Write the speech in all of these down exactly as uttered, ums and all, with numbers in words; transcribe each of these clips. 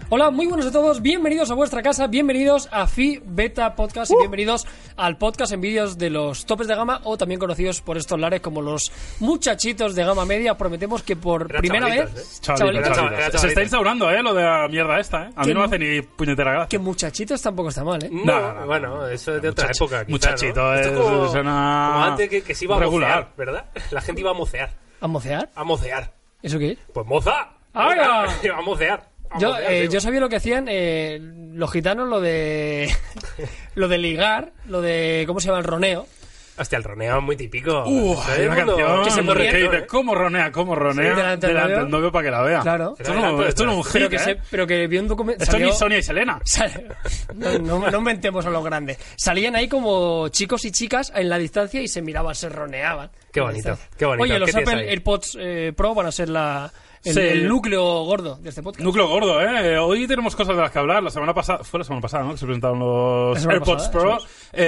Hola, muy buenos a todos, bienvenidos a vuestra casa, bienvenidos a Phi Beta Podcast y bienvenidos al podcast en vídeos de los topes de gama o también conocidos por estos lares como los muchachitos de gama media. Prometemos que por Era primera vez... ¿eh? Chavalitos, chavalitos. Chavalitos. Se está instaurando, ¿eh? Lo de la mierda esta, ¿eh? A mí no me hace ni puñetera gracia. Que muchachitos tampoco está mal, ¿eh? No, No, no, no, bueno, eso es de otra Muchachi- época. Quizá, muchachito, ¿no? es- Esto como, suena como antes que, que se iba a regular. mocear, ¿verdad? La gente iba a mocear. ¿A mocear? A mocear. ¿Eso qué es? Pues moza. ¡Hala! Venga, a mocear. A Yo, mocear, eh, digo. yo sabía lo que hacían eh, los gitanos, lo de... lo de ligar, lo de... ¿Cómo se llama? El roneo. Hostia, el roneo es muy típico. Uh, Eso hay es una mundo- canción que se que moría, dice, ¿eh? ¿cómo ronea, cómo ronea? Sí, delante del novio. del novio para que la vea. Claro. Esto no, esto no es un hit, Pero que, ¿eh? se, pero que vi un documento... Esto ni Sonia y Selena. No, no, no inventemos a lo grande. Salían ahí como chicos y chicas en la distancia y se miraban, se roneaban. Qué bonito, qué bonito. Oye, los ¿Qué tienes Apple ahí? AirPods eh, Pro van a ser la, el, Sí. el núcleo gordo de este podcast. Núcleo gordo, ¿eh? Hoy tenemos cosas de las que hablar. La semana pasada, fue la semana pasada, ¿no? Que se presentaron los La semana AirPods pasada, Pro. eso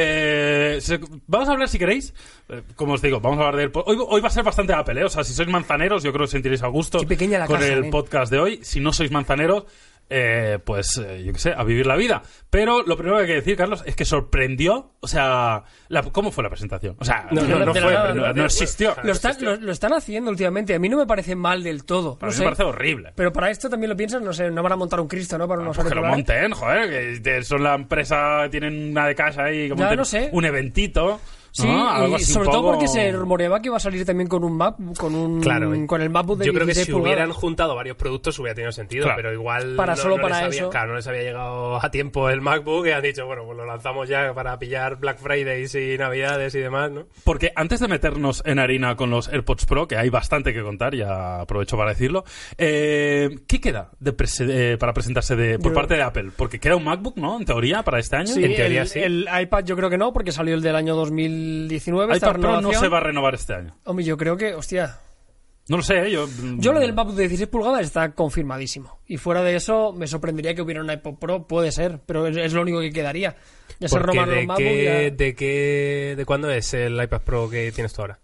Eh, se- vamos a hablar, si queréis, eh, como os digo, vamos a hablar de AirPods. Hoy, hoy va a ser bastante Apple, ¿eh? O sea, si sois manzaneros, yo creo que os sentiréis a gusto Qué pequeña la con caja, el ¿eh? podcast de hoy. Si no sois manzaneros, eh, pues, eh, yo qué sé, a vivir la vida. Pero lo primero que hay que decir, Carlos, es que sorprendió, o sea, la- ¿cómo fue la presentación? O sea, No, no, no, no de la fue, nada, no, no, no existió. Lo están, lo, lo están haciendo últimamente. A mí no me parece mal del todo. Para No mí sé. me parece horrible. Pero para esto también lo piensas, no sé, no van a montar un Cristo, ¿no? Para unos Pues que lo auriculares. monten, joder, que te- son la empresa, tienen una de casa ahí, que Ya, monten no sé. un eventito. Sí, ¿no? Algo y así un sobre todo poco- porque se rumoreaba que iba a salir también con un Mac, con un Claro, con el MacBook de yo creo que dieciséis si pulgadas. hubieran juntado varios productos hubiera tenido sentido, Claro. pero igual Para no, solo no para les había, eso. claro, no les había llegado a tiempo el MacBook y han dicho, bueno, pues lo lanzamos ya para pillar Black Fridays y Navidades y demás, ¿no? Porque antes de meternos en harina con los AirPods Pro, que hay bastante que contar, ya aprovecho para decirlo, eh, ¿qué queda de prese- eh, para presentarse de, por Yo- parte de Apple? Porque queda un MacBook, ¿no? En teoría, para este año. Sí, En teoría el, sí. el iPad yo creo que no, porque salió el del año dos mil diecinueve. esta iPad Pro no renovación. se va a renovar este año. Hombre, yo creo que, hostia... No lo sé, ¿eh? yo... Yo lo del MacBook de dieciséis pulgadas está confirmadísimo. Y fuera de eso, me sorprendería que hubiera un iPod Pro, puede ser, pero es, es lo único que quedaría. Ya se Porque roban los de MacBook qué, ya... de qué, de cuándo es el iPad Pro que tienes tú ahora?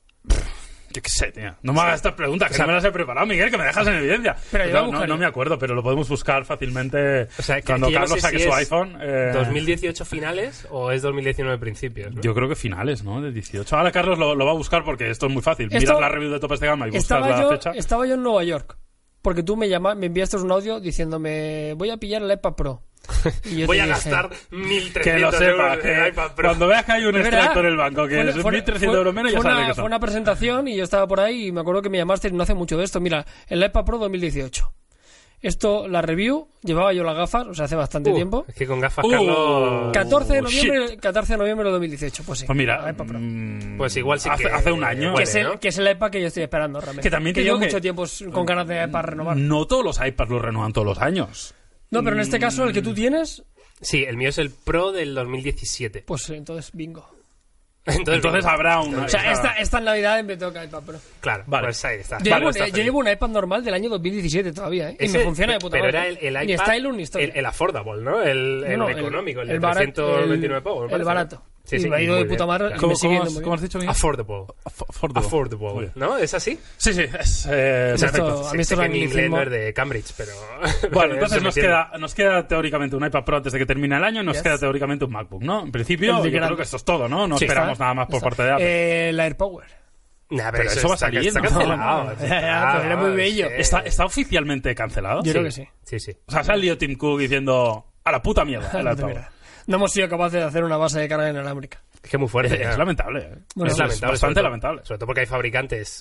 Yo qué sé, tío. No me hagas estas preguntas, que O sea, no me las he preparado, Miguel, que me dejas en evidencia. Pero yo no, la no, buscaré. no me acuerdo, pero lo podemos buscar fácilmente O sea, que- cuando que yo no Carlos sé saque si su es iPhone. eh, ¿dos mil dieciocho finales o es dos mil diecinueve principios? ¿no? Yo creo que finales, ¿no? De dieciocho. Ahora Carlos lo, lo va a buscar porque esto es muy fácil. Esto- Miras la review de topes de gama y buscas Estaba la yo, fecha. estaba yo en Nueva York, porque tú me llamas, me enviaste un audio diciéndome, voy a pillar el iPad Pro. Y yo Voy te a dije, gastar mil trescientos Que lo sepas, euros en el que iPad Pro. cuando veas que hay un Es verdad. extractor en el banco que Fue- es fue- mil trescientos fue- euros menos, ya fue sabes una, de qué fue son. una presentación y yo estaba por ahí y me acuerdo que me llamaste no hace mucho de esto. Mira, el iPad Pro dos mil dieciocho. Esto, la review, llevaba yo las gafas, o sea, hace bastante Uh, tiempo. Es que con gafas, Uh, Carlos... catorce de Oh, noviembre, catorce de noviembre de dos mil dieciocho, pues sí. Pues mira, el iPad Pro. mm, Pues igual sí hace, que- hace un año. que, huele, es el, ¿no? que es el iPad que yo estoy esperando realmente. Que también te llevo digo mucho que- tiempo con ganas de iPad renovar. No todos los iPads los renuevan todos los años. No, pero en este caso, el que tú tienes, Sí, el mío es el Pro del dos mil diecisiete. pues entonces bingo. Entonces, Entonces habrá una... O sea, esta, esta Navidad me toca iPad Pro. Claro, Vale. pues ahí está. Yo, Vale, llevo, está yo feliz. llevo un iPad normal del año dos mil diecisiete todavía, ¿eh? Y Ese- me funciona de puta Pero madre. era el, el iPad... Ni style ni historia. el, el affordable, ¿no? El, el No, no, económico, el, de barato- trescientos veintinueve el- pavos. me el parece, barato. ¿no? Sí, Y sí, me ha ido muy de puta bien, madre. claro. ¿Cómo, me sigue cómo yendo has, muy cómo has bien. dicho, Miguel? Affordable. Aff- Affordable. Muy Affordable. bien. ¿No? ¿Es así? Sí, sí, es... eh, Esto- perfecto. a mí esto Sé es que mi inglés anglicismo. no es de Cambridge, pero... Bueno, entonces se me nos entiende. queda, nos queda teóricamente un iPad Pro antes de que termine el año y nos Yes. queda teóricamente un MacBook, ¿no? En principio, El yo de creo grande. que esto es todo, ¿no? No Sí, esperamos Está- nada más por está. parte de Apple. Eh, el AirPower. Nah, Pero eso va a está- salir, Está ¿no? cancelado. No, está ya, ya, pero era muy bello. sí. ¿Está, ¿Está oficialmente cancelado? Yo creo que sí. Sí, sí. O sea, salió Tim Cook diciendo a la puta mierda. el No, iPad. mira, no hemos sido capaces de hacer una base de carga inalámbrica. Es que es muy fuerte. Es, ya. es lamentable. ¿eh? Bueno, es pues, lamentable. bastante sobre todo- lamentable. Sobre todo porque hay fabricantes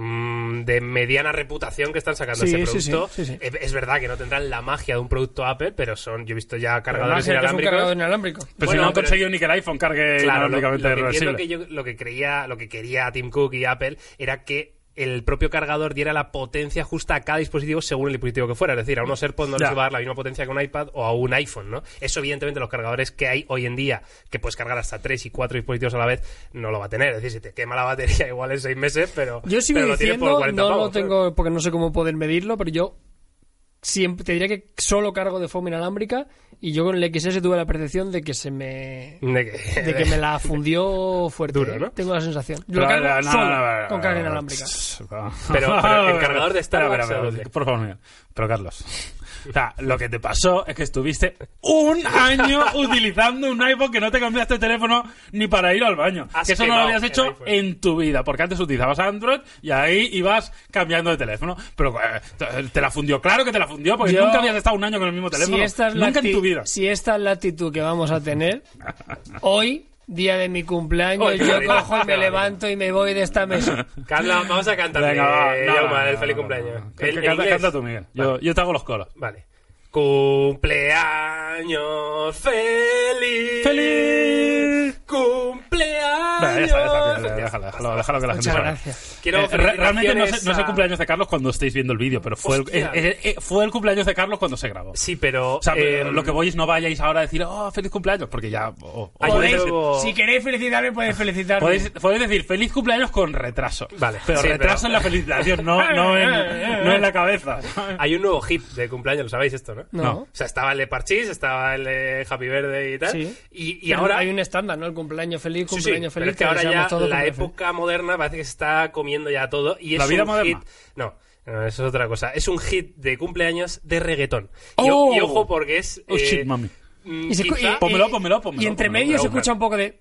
mm, de mediana reputación que están sacando Sí, ese sí, producto. sí, sí, sí. Es, es verdad que no tendrán la magia de un producto Apple, pero son, yo he visto ya cargadores Además, el que es un cargador inalámbricos. inalámbrico. Pero Bueno, si no han pero- conseguido ni que el iPhone cargue Claro, lo, lo inalámbricamente que entiendo reversible. que yo lo que creía, lo que quería Tim Cook y Apple era que el propio cargador diera la potencia justa a cada dispositivo según el dispositivo que fuera. Es decir, a unos AirPods no les Ya. iba a dar la misma potencia que un iPad o a un iPhone, ¿no? Eso, evidentemente, los cargadores que hay hoy en día, que puedes cargar hasta tres y cuatro dispositivos a la vez, no lo va a tener. Es decir, si te quema la batería igual en seis meses, pero... Yo sigo pero lo tienes por diciendo, cuarenta no lo pavos, ¿sabes? tengo porque no sé cómo poder medirlo, pero yo siempre te diría que solo cargo de forma inalámbrica, y yo con el X S tuve la percepción de que se me De que, de que me la fundió fuerte. Duro, ¿no? Tengo la sensación. Lo Pero, cargo no, no, solo no, no, con carga no, inalámbrica. Pero- pero el cargador de Star Espera, Wars, espera, ¿o espera, dónde? por favor, Miguel. Pero Carlos, o sea, lo que te pasó es que estuviste un año utilizando un iPhone que no te cambiaste el teléfono ni para ir al baño. Has Que eso no lo quemado habías el hecho iPhone. en tu vida, porque antes utilizabas Android y ahí ibas cambiando de teléfono. Pero eh, te- te la fundió, claro que te la fundió, porque Yo- nunca habías estado un año con el mismo teléfono. Si esta es la Nunca en acti- tu vida. Si esta es la actitud que vamos a tener hoy, día de mi cumpleaños, Oye, yo Marina, cojo y me Marina. levanto y me voy de esta mesa. Carlos, vamos a cantarle Venga, va, eh, no, Jaume, no, el no, feliz no, cumpleaños. no, no. En- en Canta, inglés. canta tú, Miguel. Yo, yo te hago los coros. Vale. Cumpleaños feliz. ¡Feliz! Cumpleaños. Venga, ya está, ya está, ya, Hostia, déjalo, basta, déjalo, déjalo que la gente Muchas sabe. gracias. Quiero Eh, re- realmente no es, felicitaciones no es el a- cumpleaños de Carlos cuando estáis viendo el vídeo, pero fue el, Hostia. eh, eh, eh, fue el cumpleaños de Carlos cuando se grabó. Sí, pero... O sea, eh, lo que voy es no vayáis ahora a decir, oh, feliz cumpleaños, porque ya... oh, Hay oh, un podéis, nuevo- Si queréis felicitarme, podéis felicitarme. podéis- podéis decir feliz cumpleaños con retraso. Vale, Pero sí, retraso pero- en la felicitación, no, no, en, no en la cabeza. Hay un nuevo hit de cumpleaños, lo sabéis esto, ¿no? No. No. O sea, estaba el de Parchís, estaba el de Happy Birthday y tal. Sí. Y, y Pero ahora... hay un estándar, ¿no? El cumpleaños feliz, Sí, sí, cumpleaños pero feliz. es que ahora deseamos ya todos la cumpleaños época moderna parece que se está comiendo ya todo. Y es ¿La vida un moderna? hit... No, no, eso es otra cosa. Es un hit de cumpleaños de reggaetón. Y, ¡Oh! y ojo porque es... Oh, eh, shit, mami. mm, Y se escu- quizá- y- Pónmelo, y- pónmelo, pónmelo, Y entre pónmelo, medio se pónmelo. escucha un poco de...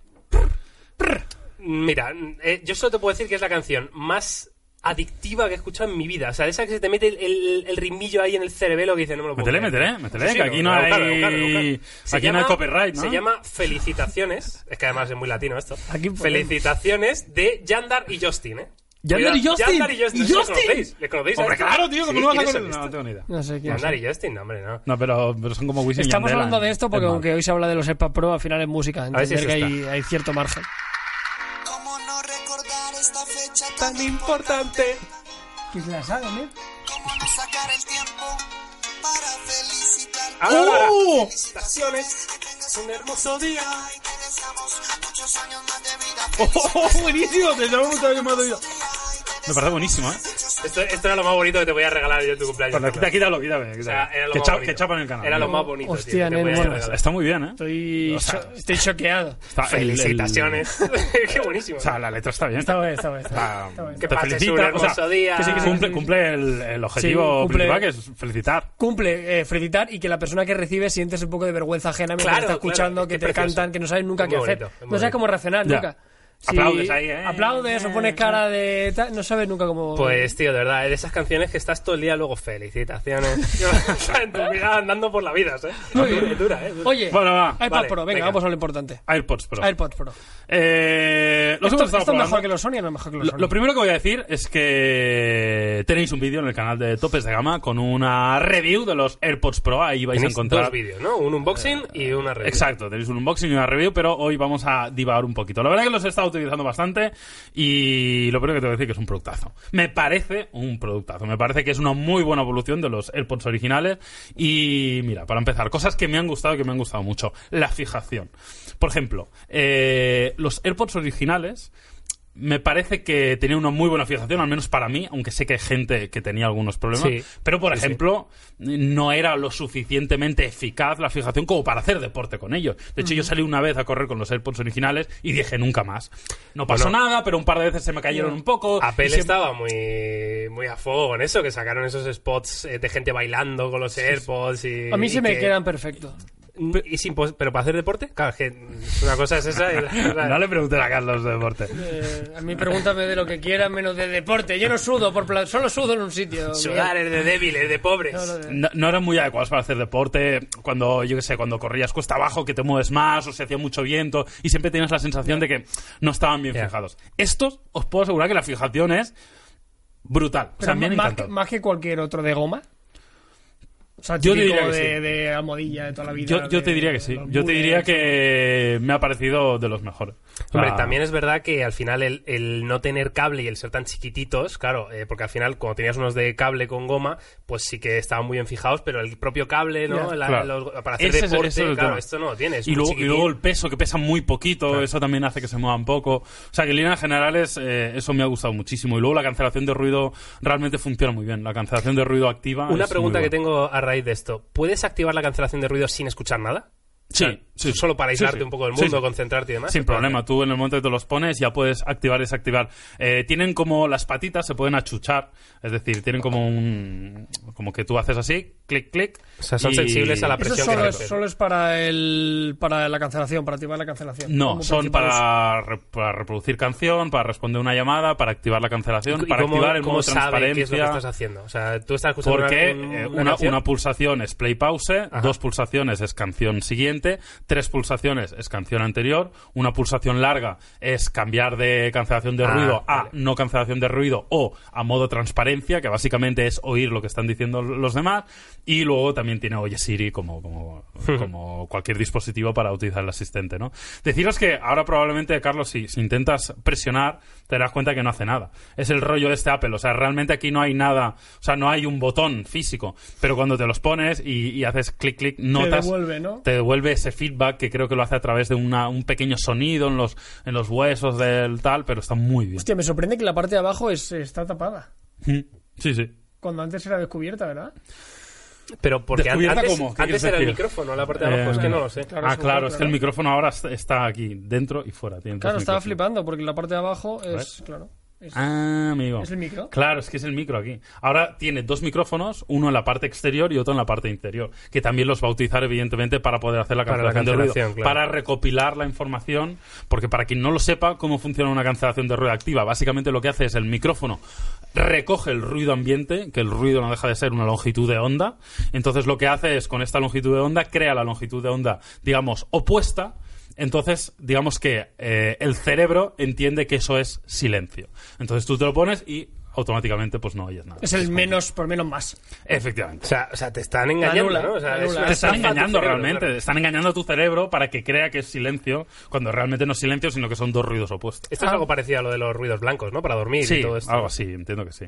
Mira, eh, yo solo te puedo decir que es la canción más adictiva que he escuchado en mi vida. O sea, de esa que se te mete el, el, el ritmillo ahí en el cerebelo que dice, no me lo puedo Métele, creer. métele, métele, Sí, sí, que aquí lo- no lo- buscarlo, hay- buscarlo, buscarlo. Se aquí no hay copyright, ¿no? Se llama Felicitaciones, es que además es muy latino esto. Aquí podemos. Felicitaciones de Yandar y Justin, ¿eh? Yandar y Cuidado, Justin. Yandar y Justin. ¿Y ¿Les Justin? conocéis? ¿Les conocéis? Hombre, ¿Esto? claro, tío, ¿cómo Sí, no vas a ¿quiénes conocer? son No, no estos? tengo ni idea. No sé quién Yandar es. y Justin, no, hombre, no. No, pero, pero son como Wisin y Estamos Yandel, hablando de esto porque es aunque hoy se habla de los AirPods Pro, al final es música. A ver si Entender es que esta. hay, hay cierto margen. ¿Cómo no recordar esta fecha Tan importante. Que se la saben, ¿eh? ¿Cómo no sacar el tiempo para felicitar? Ahora, ahora. ¡Oh! Felicitaciones. Que tengas Un hermoso día. y te deseamos muchos años más de vida. ¡Oh, oh, oh, buenísimo! Te llamo mucho años más de vida. Me parece buenísimo, ¿eh? Esto, esto era lo más bonito que te voy a regalar yo en tu cumpleaños. Cuando quita, quítalo, quítalo. O sea, era lo que, más cha- bonito. que chapa en el canal. Era lo ¿no? más bonito. Hostia, tío, que te nene, podía bueno, regalar. Está muy bien, ¿eh? Estoy, O sea, cho- estoy choqueado. Está el- el- Felicitaciones. Qué buenísimo. O sea, la letra está bien. Está bien, está bien. Está bien, Ah, está bien. Que te pases felicita, un o sea, hermoso día. que sí, que sí, cumple, sí. cumple el, el objetivo Sí, cumple- principal, que es felicitar. Cumple, eh, felicitar y que la persona que recibe sientes un poco de vergüenza ajena mientras Claro, está escuchando, claro, que es te que precioso. cantan, que no sabes nunca Es qué muy hacer. bonito, es muy No sabes bonito. cómo reaccionar Ya. nunca. Si Aplaudes ahí, ¿eh? Aplaudes o pones cara de... tal, no sabes nunca cómo... Pues, tío, de verdad, de esas canciones que estás todo el día luego, felicitaciones. O sea, en tu vida andando por la vida, ¿eh? Muy bien. Es dura, ¿eh? Oye, Bueno, va. iPad Vale, Pro, venga, venga. vamos a lo importante. AirPods Pro. AirPods Pro. Eh, los ¿Esto, hemos estado esto es mejor probando. que los Sony o no es mejor que los Lo, Sony? lo primero que voy a decir es que tenéis un vídeo en el canal de Topes de Gama con una review de los AirPods Pro. Ahí vais a Tenéis encontrar dos vídeos, ¿no? Un unboxing y una review. Exacto, tenéis un unboxing y una review, pero hoy vamos a divagar un poquito. La verdad es que los he estado utilizando bastante y lo primero que tengo que decir es que es un productazo. Me parece un productazo, me parece que es una muy buena evolución de los AirPods originales y mira, para empezar, cosas que me han gustado y que me han gustado mucho. La fijación. Por ejemplo, eh, los AirPods originales me parece que tenía una muy buena fijación, al menos para mí, aunque sé que hay gente que tenía algunos problemas. Sí. Pero, por Sí, sí. ejemplo, no era lo suficientemente eficaz la fijación como para hacer deporte con ellos. De hecho, yo salí una vez a correr con los AirPods originales y dije nunca más. No pasó Bueno. nada, pero un par de veces se me cayeron un poco. Apple y siempre- estaba muy, muy a fuego con eso, que sacaron esos spots eh, de gente bailando con los AirPods y... A mí se y me que- quedan perfectos. Y sin pos- ¿Pero para hacer deporte? Claro, es que una cosa es esa y la otra- No le pregunté a Carlos de deporte. Eh, a mí pregúntame de lo que quieras menos de deporte. Yo no sudo, por plan, solo sudo en un sitio. Sudar es de débiles, de pobres. No, no, de- No, no eran muy adecuados para hacer deporte. Cuando, yo qué sé, cuando corrías cuesta abajo, que te mueves más, o se hacía mucho viento, y siempre tenías la sensación de que no estaban bien Ya. fijados. Estos, os puedo asegurar que la fijación es brutal. O sea, Pero me han más, encantado. más que cualquier otro de goma. O sea, Yo te típico diría que de, sí. de almohadilla de toda la vida. Yo, yo te de- diría que sí. los Yo te diría bullets. que me ha parecido de los mejores. O Hombre, sea, también es verdad que al final el, el no tener cable y el ser tan chiquititos, claro, eh, porque al final cuando tenías unos de cable con goma, pues sí que estaban muy bien fijados, pero el propio cable, ¿no? Ya. La- Claro. los- para hacer Ese es- deporte, ese es el claro, tema. esto no lo tienes. Y muy luego, y chiquitín. luego el peso, que pesa muy poquito, Claro. eso también hace que se muevan poco. O sea, que en líneas generales eh, eso me ha gustado muchísimo. Y luego la cancelación de ruido realmente funciona muy bien. La cancelación de ruido activa. Una es pregunta muy que buena. tengo a raíz de esto. ¿Puedes activar la cancelación de ruido sin escuchar nada? Sí, O sea, sí. Solo para Sí, aislarte sí. un poco del Sí, mundo, sí. concentrarte y demás. Sin ¿se puede problema, hacer? tú en el momento que te los pones ya puedes activar y desactivar. Eh, tienen como las patitas se pueden achuchar, es decir, tienen como un como que tú haces así, clic clic. O sea, son y- sensibles a la Eso presión solo que es, ejerce. solo es para el para la cancelación, para activar la cancelación. No, Como son principal uso. para, re- para reproducir canción, para responder una llamada, para activar la cancelación, ¿Y para cómo, activar el cómo modo sabe qué es lo que transparencia. estás haciendo? O sea, tú estás escuchando Porque una, eh, una una, canción? una pulsación es play pause, Ajá. dos pulsaciones es canción siguiente, tres pulsaciones es canción anterior, una pulsación larga es cambiar de cancelación de Ah, ruido a vale. no cancelación de ruido o a modo transparencia, que básicamente es oír lo que están diciendo los demás, y luego también tiene Oye Siri como, como, como cualquier dispositivo para utilizar el asistente, ¿no? Deciros que ahora probablemente, Carlos, si, si intentas presionar, te darás cuenta que no hace nada. Es el rollo de este Apple, o sea, realmente aquí no hay nada, o sea, no hay un botón físico, pero cuando te los pones y, y haces clic, clic, notas... devuelve, ¿no? Te devuelve ese feedback que creo que lo hace a través de una, un pequeño sonido en los, en los huesos del tal, pero está muy bien. Hostia, me sorprende que la parte de abajo es, está tapada. Mm. Sí, sí. Cuando antes era descubierta, ¿verdad? Pero porque an- ¿Descubierta antes, cómo? ¿Qué antes quieres era el decir? micrófono, la parte de abajo, Eh, es que no lo sé. Claro, ah, seguro, claro, es que claro. el micrófono ahora está- está aquí, dentro y fuera. Tiene Claro, dos estaba micrófonos. flipando porque la parte de abajo es, claro, es, Ah, amigo. ¿Es el micro? Claro, es que es el micro aquí. Ahora tiene dos micrófonos, uno en la parte exterior y otro en la parte interior, que también los va a utilizar evidentemente para poder hacer la Para la cancelación de ruido, cancelación, claro. para recopilar la información, porque para quien no lo sepa cómo funciona una cancelación de ruido activa, básicamente lo que hace es el micrófono recoge el ruido ambiente, que el ruido no deja de ser una longitud de onda, entonces lo que hace es con esta longitud de onda crea la longitud de onda, digamos, opuesta. Entonces, digamos que eh, el cerebro entiende que eso es silencio. Entonces tú te lo pones y automáticamente pues no oyes nada. es el menos por menos más. Efectivamente. O sea, o sea, te están engañando, Anula, ¿no? O sea, anula. es una Te están estafa a tu engañando cerebro, realmente, claro. están engañando a tu cerebro para que crea que es silencio, cuando realmente no es silencio, sino que son dos ruidos opuestos. Esto es Ah. algo parecido a lo de los ruidos blancos, ¿no? Para dormir Sí, y todo esto. algo así, entiendo que sí.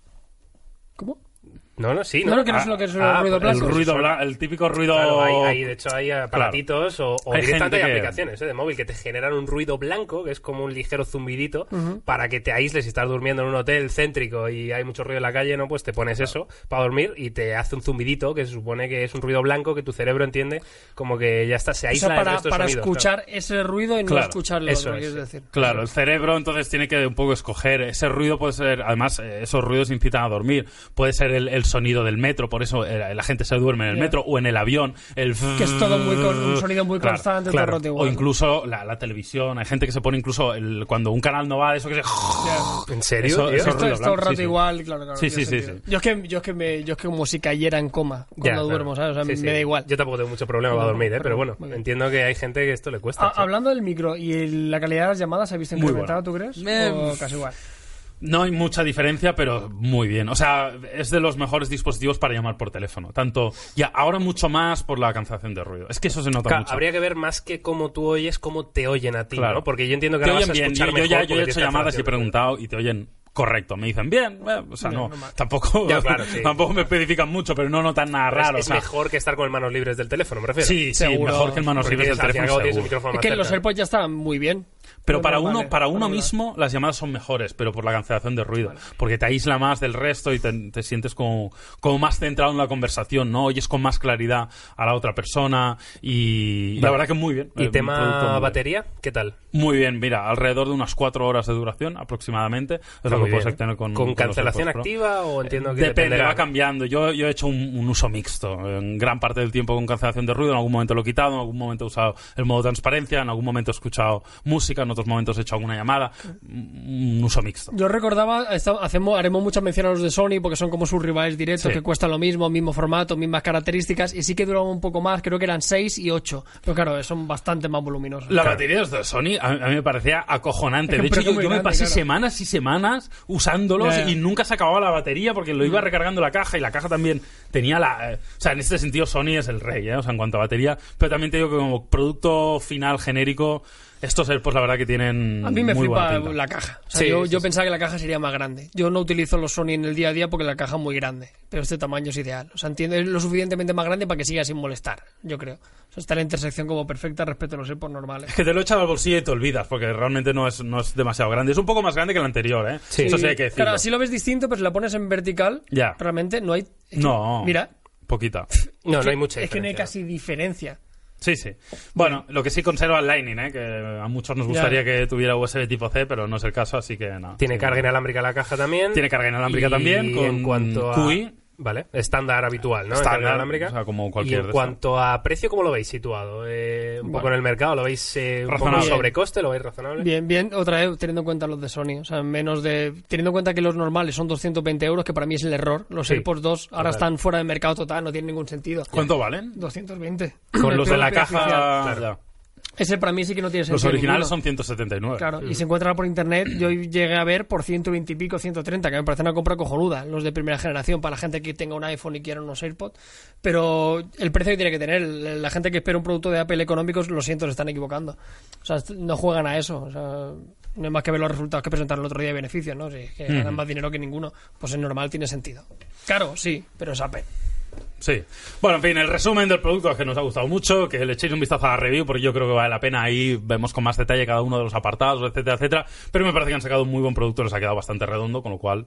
¿Cómo? No, no, sí, ¿no? No, no, que no Ah, sé lo que es el ah, ruido el blanco. El ruido son- bla- el típico ruido... Claro, hay, hay, de hecho hay aparatitos o, o Hay directamente hay gente que- aplicaciones ¿eh? de móvil que te generan un ruido blanco, que es como un ligero zumbidito, para que te aísles si estás durmiendo en un hotel céntrico y hay mucho ruido en la calle, ¿no? Pues te pones eso para dormir y te hace un zumbidito que se supone que es un ruido blanco que tu cerebro entiende como que ya está, se O aísla sea, del para, resto de para sonidos, escuchar ese ruido y no Claro, escucharlo, eso ¿no? es, Quieres sí. decir. Claro, el cerebro entonces tiene que un poco escoger. Ese ruido puede ser, además, eh, esos ruidos incitan a dormir. Puede ser el, el sonido del metro, por eso eh, la gente se duerme en el Ya. metro o en el avión. El Que es todo muy con- un sonido muy Claro, constante, claro. todo el rato O igual. incluso la, la televisión. Hay gente que se pone incluso el- cuando un canal no va de eso que se. Ya. ¿En serio, Eso- tío? eso- Esto ruido es todo el blanco, rato sí, sí. igual, claro, claro. Sí, tiene sí, sí, sentido. sí. Yo es que, yo es que me, yo es que como si cayera en coma Ya, cuando claro. duermo, ¿sabes? O sea, Sí, sí. me da igual. Yo tampoco tengo mucho problema para dormir, ¿eh? Pero bueno, Muy bien. entiendo que hay gente que esto le cuesta. Ah, sí. hablando del micro y el- la calidad de las llamadas, ¿se ha visto Muy incrementada, buena. tú crees? Eh, ¿O casi igual? No hay mucha diferencia, pero muy bien. O sea, es de los mejores dispositivos para llamar por teléfono. Tanto, y ahora mucho más por la cancelación de ruido. Es que eso se nota Claro, mucho. habría que ver más que cómo tú oyes, cómo te oyen a ti, Claro. ¿no? Porque yo entiendo que Te ahora oyen vas a bien. escuchar Yo, yo mejor ya yo porque he tienes hecho llamadas y he cancelación de ruido. preguntado y te oyen correcto. Me dicen bien. eh, o sea, Bien, no. normal. Tampoco, Ya, claro, sí. tampoco me especifican mucho, pero no notan nada Pero es- raro. es o sea, mejor que estar con manos libres del teléfono, me refiero. Sí, sí, Seguro. mejor que en manos Porque libres del tienes- al fin y al teléfono. cabo tienes el seguro. micrófono Es más que cerca. los AirPods ya estaban muy bien. Pero Los para normales, uno, para uno normales. mismo las llamadas son mejores, pero por la cancelación de ruido. Porque te aísla más del resto y te, te sientes como, como más centrado en la conversación, ¿no? Oyes con más claridad a la otra persona y la Vale. verdad que muy bien. ¿Y Eh, un producto muy tema bien. batería? ¿Qué tal? Muy bien, mira, alrededor de unas cuatro horas de duración aproximadamente. Es Está lo muy que puedes bien, ¿eh? tener con ¿Con los cancelación AirPods Pro. activa o entiendo que Depende, dependerá? va cambiando. Yo, yo he hecho un, un uso mixto. En gran parte del tiempo con cancelación de ruido, en algún momento lo he quitado, en algún momento he usado el modo transparencia, en algún momento he escuchado música. música, en otros momentos he hecho alguna llamada, un uso mixto. Yo recordaba, esta- hacemos, haremos mucha mención a los de Sony porque son como sus rivales directos, Sí. que cuestan lo mismo, mismo formato, mismas características, y sí que duraban un poco más, creo que eran seis y ocho, pero claro, son bastante más voluminosos. La batería de los de Sony a, a mí me parecía acojonante. Es que De hecho, parece yo, muy yo me grande, pasé claro. semanas y semanas usándolos Ya, ya. y nunca se acababa la batería porque lo iba recargando la caja y la caja también tenía la... eh, o sea, en este sentido Sony es el rey, ¿eh? O sea, en cuanto a batería. Pero también te digo que como producto final genérico, estos AirPods la verdad que tienen A mí me muy buena flipa pinta. la caja. O sea, Sí, yo, sí, yo sí. pensaba que la caja sería más grande. Yo no utilizo los Sony en el día a día porque la caja es muy grande, pero este tamaño es ideal. O sea, entiendo, es lo suficientemente más grande para que siga sin molestar, yo creo. O sea, está la intersección como perfecta respecto a los AirPods normales. Es que te lo echas al bolsillo y te olvidas, porque realmente no es, no es demasiado grande. Es un poco más grande que el anterior, ¿eh? Sí. Eso sí hay que decirlo. Claro, así lo ves distinto, pero si la pones en vertical, Ya. realmente no hay... es que- No. Mira, Poquita. No, es no hay que- mucha es que no hay diferencia. casi diferencia. Sí, sí. Bueno, lo que sí conserva el Lightning, ¿eh? Que a muchos nos gustaría que tuviera U S B tipo C, pero no es el caso, así que no. Tiene Sí. carga inalámbrica la caja también. Tiene carga inalámbrica Y también, con en cuanto a... Q I. Vale, estándar habitual, ¿no? En Estándar, carga inalámbrica. o sea, como Y cualquier en de cuanto a precio, ¿cómo lo veis situado? Eh, un poco Bueno. en el mercado, ¿lo veis eh, un poco Razonable. sobrecoste? ¿Lo veis razonable? Bien, bien, otra vez teniendo en cuenta los de Sony, o sea, menos de... Teniendo en cuenta que los normales son doscientos veinte euros, que para mí es el error. Los Sí, AirPods dos ahora total. están fuera de mercado total, no tienen ningún sentido. ¿Cuánto valen? doscientos veinte. Con El los de la precio caja... oficial. ya. Ese para mí sí que no tiene sentido. Los originales ninguno. son ciento setenta y nueve. Claro, y se encuentra por internet, yo llegué a ver por ciento veinte y pico, ciento treinta, que me parece una compra cojonuda, los de primera generación, para la gente que tenga un iPhone y quiera unos AirPods, pero el precio que tiene que tener, la gente que espera un producto de Apple económicos, lo siento, se están equivocando. O sea, no juegan a eso, o sea, no hay más que ver los resultados que presentaron el otro día de beneficios, ¿no? Si que ganan más dinero que ninguno, pues es normal, tiene sentido. Claro, sí, pero es Apple. Sí. Bueno, en fin, el resumen del producto es que nos ha gustado mucho, que le echéis un vistazo a la review, porque yo creo que vale la pena. Ahí vemos con más detalle cada uno de los apartados, etcétera, etcétera. Pero me parece que han sacado un muy buen producto, les ha quedado bastante redondo, con lo cual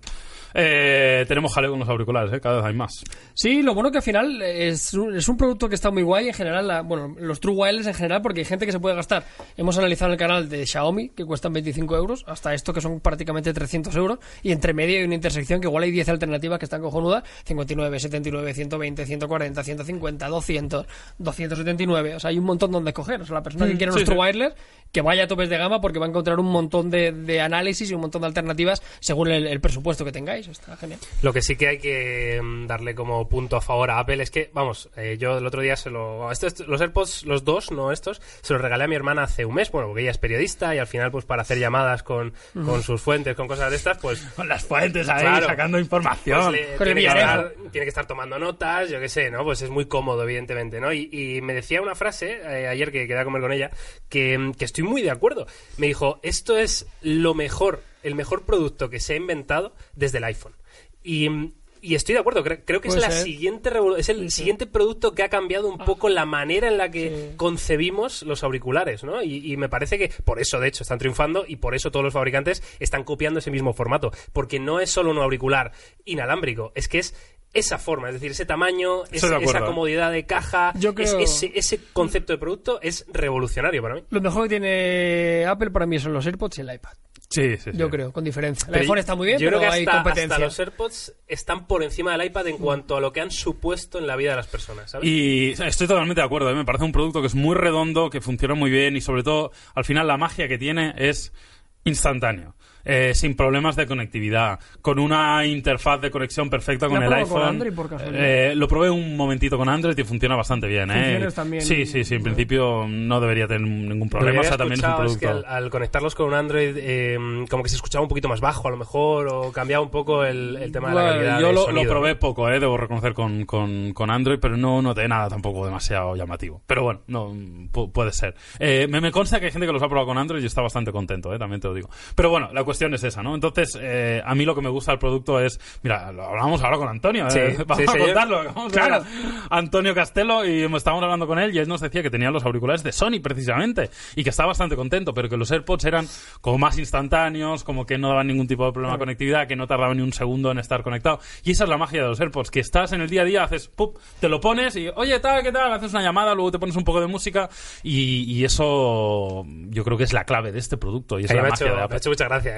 eh, tenemos jaleo con los auriculares, ¿eh? Cada vez hay más. Sí, lo bueno que al final es un, es un producto que está muy guay en general, la- bueno, los True Wireless en general, porque hay gente que se puede gastar. Hemos analizado el canal de Xiaomi, que cuestan veinticinco euros, hasta esto que son prácticamente trescientos euros, y entre medio hay una intersección que igual hay diez alternativas que están cojonudas, cincuenta y nueve, setenta y nueve, ciento veinte, ciento cuarenta, ciento cincuenta, doscientos, doscientos setenta y nueve, o sea, hay un montón donde escoger. O sea, la persona que quiera sí, unos True sí. Wireless, que vaya a topes de gama porque va a encontrar un montón de, de análisis y un montón de alternativas según el, el presupuesto que tengáis. Está genial. Lo que sí que hay que mm, darle como punto a favor a Apple es que, vamos, eh, yo el otro día se lo... Esto, esto- los AirPods, los dos, no estos, se los regalé a mi hermana hace un mes, bueno, porque ella es periodista y al final, pues para hacer llamadas con, con sus fuentes, con cosas de estas, pues... Con las fuentes ahí, Claro. sacando información. Pues le- Con el tiene, que Villarejo. estar, tiene que estar tomando notas, yo qué sé, ¿no? Pues es muy cómodo, evidentemente, ¿no? Y, y me decía una frase eh, ayer que quedé a comer con ella que, que estoy muy de acuerdo. Me dijo, esto es lo mejor, el mejor producto que se ha inventado desde el iPhone. Y... Y estoy de acuerdo, creo, creo que es Puede la ser. siguiente revolu- es el Sí, sí. siguiente producto que ha cambiado un poco la manera en la que Sí. concebimos los auriculares, ¿no? Y, y me parece que por eso, de hecho, están triunfando y por eso todos los fabricantes están copiando ese mismo formato. Porque no es solo un auricular inalámbrico, es que es esa forma, es decir, ese tamaño, Estoy ese- de acuerdo, esa ¿eh? comodidad de caja, Yo creo- es- ese, ese concepto de producto es revolucionario para mí. Lo mejor que tiene Apple para mí son los AirPods y el iPad. Sí, sí, sí. Yo creo, con diferencia. El Pero iPhone está muy bien, yo pero creo que hay hasta, competencia. hasta los AirPods están por encima del iPad en cuanto a lo que han supuesto en la vida de las personas, ¿sabes? Y estoy totalmente de acuerdo, ¿eh? Me parece un producto que es muy redondo, que funciona muy bien y sobre todo, al final la magia que tiene es instantáneo. Eh, sin problemas de conectividad, con una interfaz de conexión perfecta con ¿La el has probado iPhone. con Android, por casualidad? Eh, lo probé un momentito con Android y funciona bastante bien. ¿eh? Funciones también. Sí, sí, sí. En Bueno. principio no debería tener ningún Lo que problema. O había sea, también es un escuchado producto. que al, al conectarlos con un Android, eh, como que se escuchaba un poquito más bajo, a lo mejor, o cambiaba un poco el, el tema de la Bueno, calidad yo del lo, sonido, lo probé ¿no? poco, eh, debo reconocer con, con, con Android, pero no noté nada tampoco demasiado llamativo. Pero bueno, no pu- puede ser. Eh, me, me consta que hay gente que los ha probado con Android y está bastante contento, eh, también te lo digo. Pero bueno, la cuestión es esa, ¿no? Entonces, eh, a mí lo que me gusta del producto es, mira, lo hablamos ahora con Antonio, Sí, eh, vamos sí, a señor. contarlo. Vamos a Claro. ver a Antonio Castelo y estábamos hablando con él y él nos decía que tenía los auriculares de Sony precisamente y que estaba bastante contento, pero que los AirPods eran como más instantáneos, como que no daban ningún tipo de problema de conectividad, que no tardaban ni un segundo en estar conectado. Y esa es la magia de los AirPods, que estás en el día a día, haces ¡pup!, te lo pones y oye, tal, ¿qué tal? Haces una llamada, luego te pones un poco de música y, y eso yo creo que es la clave de este producto y es A mí la me ha magia hecho, de me ha Apple. hecho mucha gracia,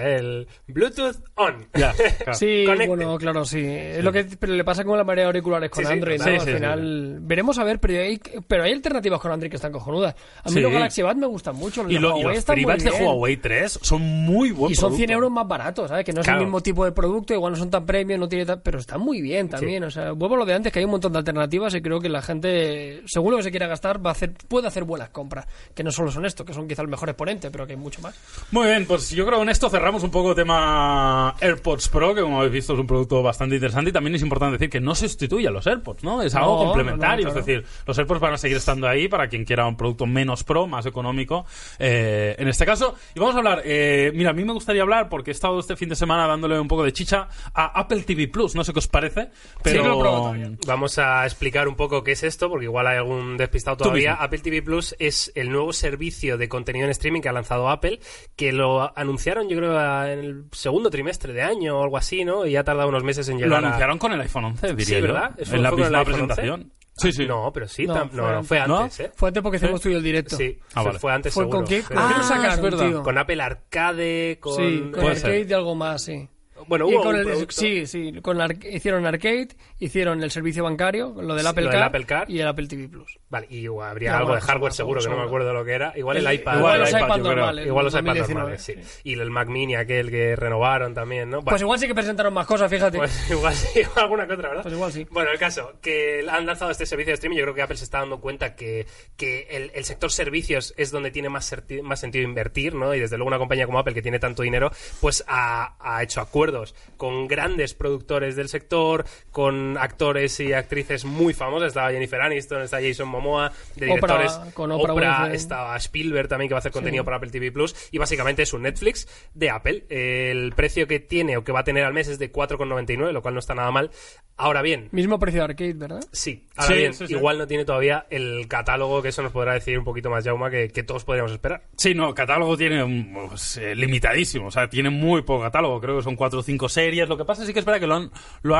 ¿eh? El Bluetooth on. Ya, claro. Sí, Conecte. bueno, claro, sí. Es lo que pero le pasa con la marea de auriculares con Sí, sí, Android, total. ¿no? Sí, sí, Al final veremos a ver, pero hay, pero hay alternativas con Android que están cojonudas. A mí Sí. los Galaxy Buds me gustan mucho, los Y, de lo- y Huawei los están muy FreeBuds de bien. Huawei tres son muy buenos. Y son cien euros más baratos, ¿sabes? Que no es Claro. el mismo tipo de producto, igual no son tan premium, no tiene tan... pero están muy bien también. O sea, vuelvo a lo de antes, que hay un montón de alternativas y creo que la gente, según lo que se quiera gastar, va a hacer, puede hacer buenas compras. Que no solo son esto, que son quizá el mejor exponente, pero que hay mucho más. Muy bien, pues yo creo que con esto cerramos un poco tema AirPods Pro, que como habéis visto es un producto bastante interesante, y también es importante decir que no sustituye a los AirPods, ¿no? Es algo No, complementario, no, no, claro. es decir, los AirPods van a seguir estando ahí para quien quiera un producto menos pro, más económico, eh, en este caso. Y vamos a hablar, eh, mira, a mí me gustaría hablar, porque he estado este fin de semana dándole un poco de chicha a Apple T V Plus, no sé qué os parece, pero... que lo he probado todavía. Vamos a explicar un poco qué es esto, porque igual hay algún despistado todavía. mismo. Apple T V Plus es el nuevo servicio de contenido en streaming que ha lanzado Apple, que lo anunciaron yo creo en el segundo trimestre de año o algo así, ¿no? Y ha tardado unos meses en Lo llegar a... anunciaron con el iPhone once, diría Sí, yo. ¿verdad? ¿Fue- En la fue con el misma iPhone once? presentación. Sí, sí. No, pero sí, No, tam- fue no, no, fue ¿no? antes, ¿eh? Fue antes porque hicimos tú y el directo. Sí, Ah, fue- vale. fue antes ¿Fue seguro. con qué? Pero- ¿Con qué lo Ah, sacaron, es verdad. tío? Con Apple Arcade, con... Sí, con Puede Arcade ser. y algo más, sí. Bueno, Y hubo con un el- producto- sí, sí, con la arc- hicieron Arcade, hicieron el servicio bancario, lo del Sí, Apple, lo del Car Apple Car. y el Apple T V Plus. Vale, y habría No, algo bueno, de hardware seguro, seguro, que no me seguro. acuerdo de lo que era. Igual el, El- iPad. igual el los iPad, iPad yo creo. normales. Igual los dos mil iPads diecinueve, normales, sí. Y el Mac Mini aquel que renovaron también, ¿no? Pues Bueno, igual sí que presentaron más cosas, fíjate. pues igual sí, igual alguna que otra, ¿verdad? Pues igual sí. Bueno, el caso, que han lanzado este servicio de streaming, yo creo que Apple se está dando cuenta que, que el, el sector servicios es donde tiene más, serti- más sentido invertir, ¿no? Y desde luego una compañía como Apple, que tiene tanto dinero, pues ha, ha hecho acuerdos con grandes productores del sector, con actores y actrices muy famosas. Estaba Jennifer Aniston, está Jason Momoa, de Oprah, directores. con Oprah Winfrey. estaba Spielberg también, que va a hacer contenido Sí. para Apple T V Plus, y básicamente es un Netflix de Apple. El precio que tiene o que va a tener al mes es de cuatro con noventa y nueve, lo cual no está nada mal. Ahora bien, Mismo precio de Arcade, ¿verdad? sí, ahora Sí, bien, sí, sí. igual no tiene todavía el catálogo, que eso nos podrá decir un poquito más Jauma, que, que todos podríamos esperar. Sí, no, catálogo tiene um, pues, eh, limitadísimo, o sea, tiene muy poco catálogo, creo que son cuatro o cinco series. Lo que pasa sí que es verdad que lo han, lo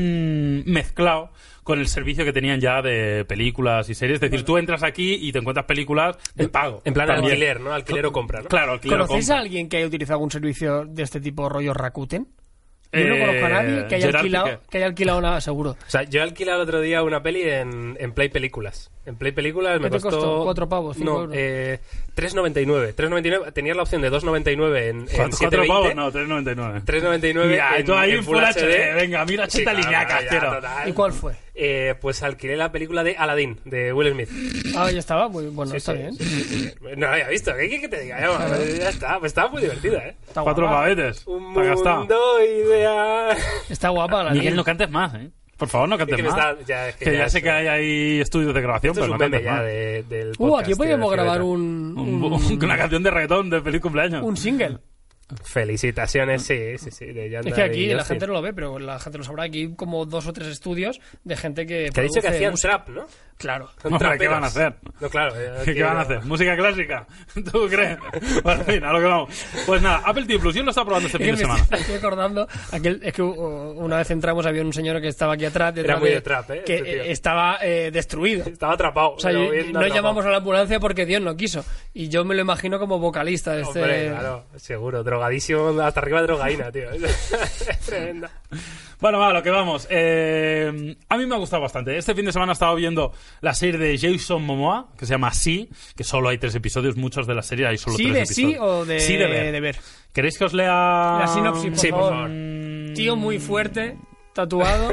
han mezclado con el servicio que tenían ya de películas y series. Es decir, tú entras aquí y te encuentras películas de pago. En plan También. alquiler, ¿no? Alquiler o compra, ¿no? Claro, alquiler o ¿Conocéis compra. a alguien que haya utilizado algún servicio de este tipo rollo Rakuten? Yo no Eh, conozco a nadie que haya Gerard alquilado, Piqué. que haya alquilado nada, seguro. O sea, yo he alquilado el otro día una peli en, en Play Películas. En Play Películas me ¿Qué te costó... costó? ¿Cuatro pavos? ¿Cinco No, euros? eh, tres noventa y nueve. tres noventa y nueve. Tenías la opción de dos noventa y nueve en, en ¿Cuatro, siete cuatro veinte. pavos? No, tres noventa y nueve. tres noventa y nueve Mira, en, tú ahí en en Full H D. Venga, mira, Sí, ochenta claro, lineacas, ya, quiero. total. ¿Y cuál fue? Eh, pues alquilé la película de Aladdin, de Will Smith. Ah, ya estaba, muy bueno, Sí, está sí, bien. sí, sí, sí. No lo había visto. ¿Qué quieres que te diga? Ya, pues, ya está. Pues estaba muy divertida, ¿eh? Está Cuatro guapa. pavetes. Un Te has gastado. mundo ideal. Está guapa la Miguel, niña. no cantes más, ¿eh? Por favor, no cantes Es que me más. está- ya, es que que ya ya sé es- que hay ahí estudios de grabación, Esto es pero un no meme cantes ya más. de- del Uh, podcast, aquí podríamos tío, de grabar Fibeta. un, Un- un, una canción de reggaetón de feliz cumpleaños. un single. Felicitaciones, sí, sí, sí. De Yandar Es que aquí y la Justin. gente no lo ve, pero la gente lo sabrá. Aquí hay como dos o tres estudios de gente que. Que ha dicho que produce hacían música. trap, ¿no? Claro. Son Hombre, ¿qué traperos. van a hacer? No, claro. eh, ¿Qué, aquí qué van a no. hacer? ¿Música clásica? ¿Tú crees? Bueno, en fin, a lo que vamos. Pues nada, Apple T V Plus, yo lo está probando este Es fin que de me semana. estoy, me estoy acordando, aquel, es que uh, una vez entramos, había un señor que estaba aquí atrás, detrás muy de- de trap, ¿eh? que Este tío. eh, estaba eh, destruido. Estaba atrapado. O sea, pero yo- bien no atrapado. llamamos a la ambulancia porque Dios no quiso. Y yo me lo imagino como vocalista de este... Hombre, claro, seguro. Drogadísimo, hasta arriba de drogaína, tío. Es tremenda. Bueno, va, a lo que vamos. Eh, a mí me ha gustado bastante. Este fin de semana he estado viendo la serie de Jason Momoa, que se llama Sí, que solo hay tres episodios. Muchos de la serie hay solo ¿Sí tres de episodios. sí o de, Sí de ver. de ver? ¿Queréis que os lea La sinopsis, por Sí, por favor. favor. Mm, Tío muy fuerte, tatuado,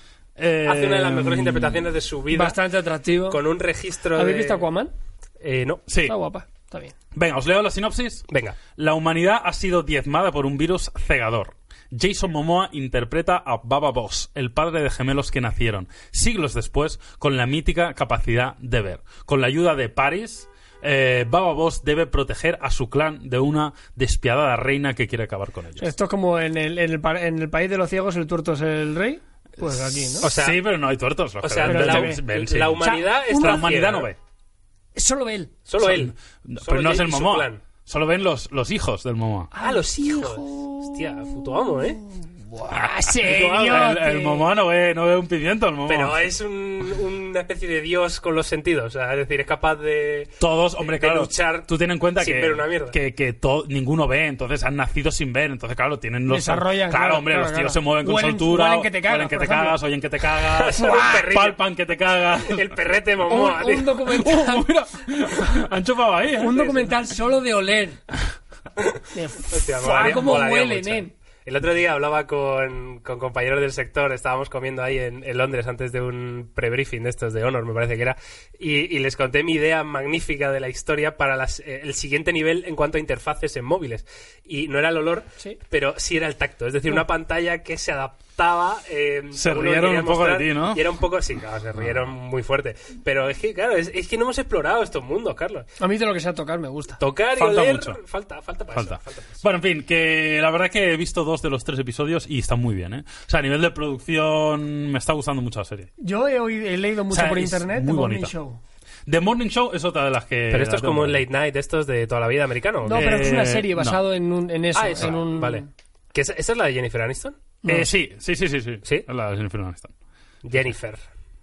eh, Hace una de las mejores interpretaciones de su vida. bastante atractivo. Con un registro ¿Habéis de... visto Aquaman? Eh, no. Sí. Está guapa, está bien. Venga, os leo la sinopsis. Venga. La humanidad ha sido diezmada por un virus cegador. Jason Momoa interpreta a Baba Boss, el padre de gemelos que nacieron, siglos después, con la mítica capacidad de ver. Con la ayuda de Paris, eh, Baba Boss debe proteger a su clan de una despiadada reina que quiere acabar con ellos. Esto es como en el, en el, pa- en el país de los ciegos, el tuerto es el rey. Pues aquí, ¿no? O sea- sí, pero no hay tuertos. Los O sea, que pero ven, la- ven, ven, sí. la humanidad O sea, está La humanidad ciega, no ve. Solo él. Solo Son- él. No, Solo pero no es él el y su Momoa. clan. Solo ven los, los hijos del Momoa. Ah, los hijos. Hostia, puto amo, ¿eh? ¡Buah, serio! El, el Momoa no ve, no ve un pimiento, el Momoa. Pero es un, una especie de dios con los sentidos. O sea, es decir, es capaz de. Todos, hombre, de claro. luchar tú ten en cuenta sin que, ver una mierda. que, que to- ninguno ve, entonces han nacido sin ver. Entonces, claro, tienen los. Desarrollan, Claro, claro, hombre, claro, los tíos claro. se mueven con Huelen- soltura. huelen que te cagas, huelen que por te ejemplo. cagas, oyen que te cagas. Son un perrillo. Palpan que te cagas. El perrete Un, Momoa, tío. un documental, Uh, mira, han chupado ahí, ¿eh? un documental solo de oler. De Hostia, ¡fua! molaría- ¿Cómo molaría huele, mucho. nen? El otro día hablaba con, con compañeros del sector, estábamos comiendo ahí en, en Londres antes de un pre-briefing de estos de Honor, me parece que era, y, y les conté mi idea magnífica de la historia para las, eh, el siguiente nivel en cuanto a interfaces en móviles. Y no era el olor, Sí. pero sí era el tacto, es decir, una pantalla que se adaptaba. Eh, Se según lo rieron quería un poco de mostrar, ti, ¿no? Y era un poco, sí, claro, se rieron muy fuerte. Pero es que, claro, es, es que no hemos explorado estos mundos, Carlos. A mí de lo que sea tocar me gusta. Tocar y Falta oler, mucho. falta, falta para Falta. eso. Falta para eso. Bueno, en fin, que la verdad es que he visto dos de los tres episodios y están muy bien, ¿eh? O sea, a nivel de producción me está gustando mucho la serie. Yo he, oído- he leído mucho O sea, por es internet muy The Morning bonita. Show. The Morning Show es otra de las que... Pero esto es las como un tengo. late night, estos de toda la vida americano. ¿o No, qué? pero es una Eh, serie no. basado en, un, en eso. Ah, eso, en un... vale. ¿Que esa, ¿Esa es la de Jennifer Aniston? Eh, sí, sí, sí, sí, sí. ¿Sí? Es la de Jennifer Aniston. Jennifer.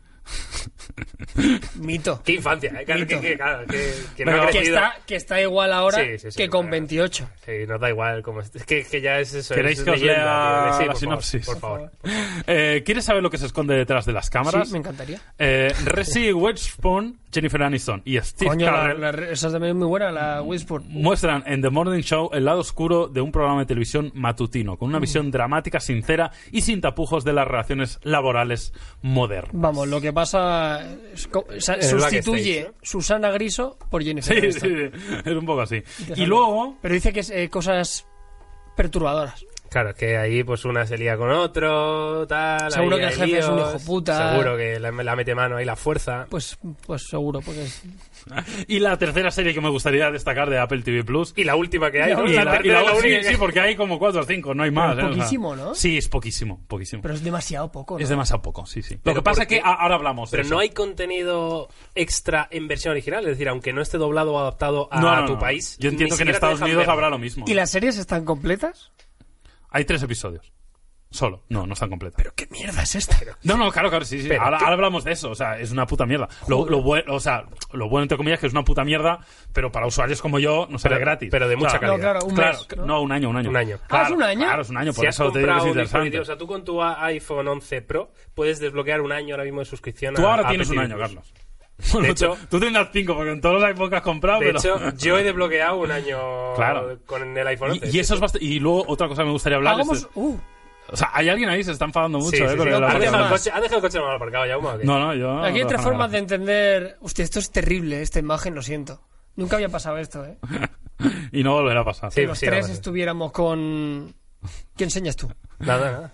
Mito. Qué infancia, ¿eh? Claro, Mito. que, que, claro, que, que no Venga, ha Que crecido. está, que está igual ahora Sí, sí, sí, que con pero- veintiocho. Sí, nos da igual. Como es, es que, que ya es eso. ¿Queréis es que os leyenda, lea tío. Sí, la por sinopsis? Favor, por favor. Eh, ¿Quieres saber lo que se esconde detrás de las cámaras? Sí, me encantaría. Eh, Reese Witherspoon, Jennifer Aniston y Steve Coño, la, Carell la- esa también es muy buena, la Whisper. muestran en The Morning Show el lado oscuro de un programa de televisión matutino, con una Mm. visión dramática, sincera y sin tapujos de las relaciones laborales modernas. Vamos, lo que pasa es co- o sea, el sustituye backstage, ¿no? Susana Griso por Jennifer Sí, Aniston. sí, es un poco así. Y Interesante. luego... Pero dice que es eh, cosas perturbadoras. Claro, es que ahí pues una se lía con otro, tal. Seguro ahí que el hay jefe es un líos, hijo puta. Seguro que la, la mete mano ahí la fuerza. Pues, pues seguro, porque es... Y la tercera serie que me gustaría destacar de Apple T V Plus. Y la última que hay, ¿no? Y La la- y tercera, la- la sí, única sí, que- porque hay como cuatro o cinco, no hay más. Pero ¿eh? O sea, poquísimo, ¿no? Sí, es poquísimo, poquísimo. Pero es demasiado poco, ¿no? Es demasiado poco, sí, sí. Lo Pero que pasa es porque- que a- ahora hablamos de Pero eso. no hay contenido extra en versión original, es decir, aunque no esté doblado o adaptado a No, no, tu no. país. Yo entiendo ni que en siquiera te Estados dejan Unidos verlo. habrá lo mismo. ¿Y las series están completas? Hay tres episodios. Solo. No, no están completas. ¿Pero qué mierda es esta? No, no, claro, claro, sí, sí. Pero Ahora, qué- ahora hablamos de eso. O sea, es una puta mierda. Lo, lo bueno, o sea, lo bueno, entre comillas, que es una puta mierda, pero para usuarios como yo no será Pero- gratis. pero de mucha Claro. No, claro, un Claro, mes, que- ¿no? no, un año, un año. Un año. Ah, ¿es Claro, un año? Claro, es un año, por Si has eso te digo que es comprado un interesante. dispositivo, o sea, tú con tu iPhone once Pro puedes desbloquear un año ahora mismo de suscripción. Tú a- ahora a tienes un Apple año, T V Plus. Carlos. Bueno, hecho- tú, tú tendrás cinco, porque en todos los iPhones que has comprado, De pero... hecho, yo he desbloqueado un año Claro. con el iPhone once. Y, y eso es bastante... Y luego, otra cosa que me gustaría hablar es... Hagamos... de- Uh, O sea, hay alguien ahí, se está enfadando mucho, Sí, ¿eh? sí, con sí. el No, ¿Has, porque dejado el más. coche, ¿Has dejado el coche mal aparcado, Jaume, o qué? No, no, yo... aquí hay no tres pasa formas nada. de entender... Hostia, esto es terrible, esta imagen, lo siento. Nunca había pasado esto, ¿eh? Y no volverá a pasar. Sí. Que los tres vamos a ver. estuviéramos con... ¿Qué enseñas tú? Nada, nada.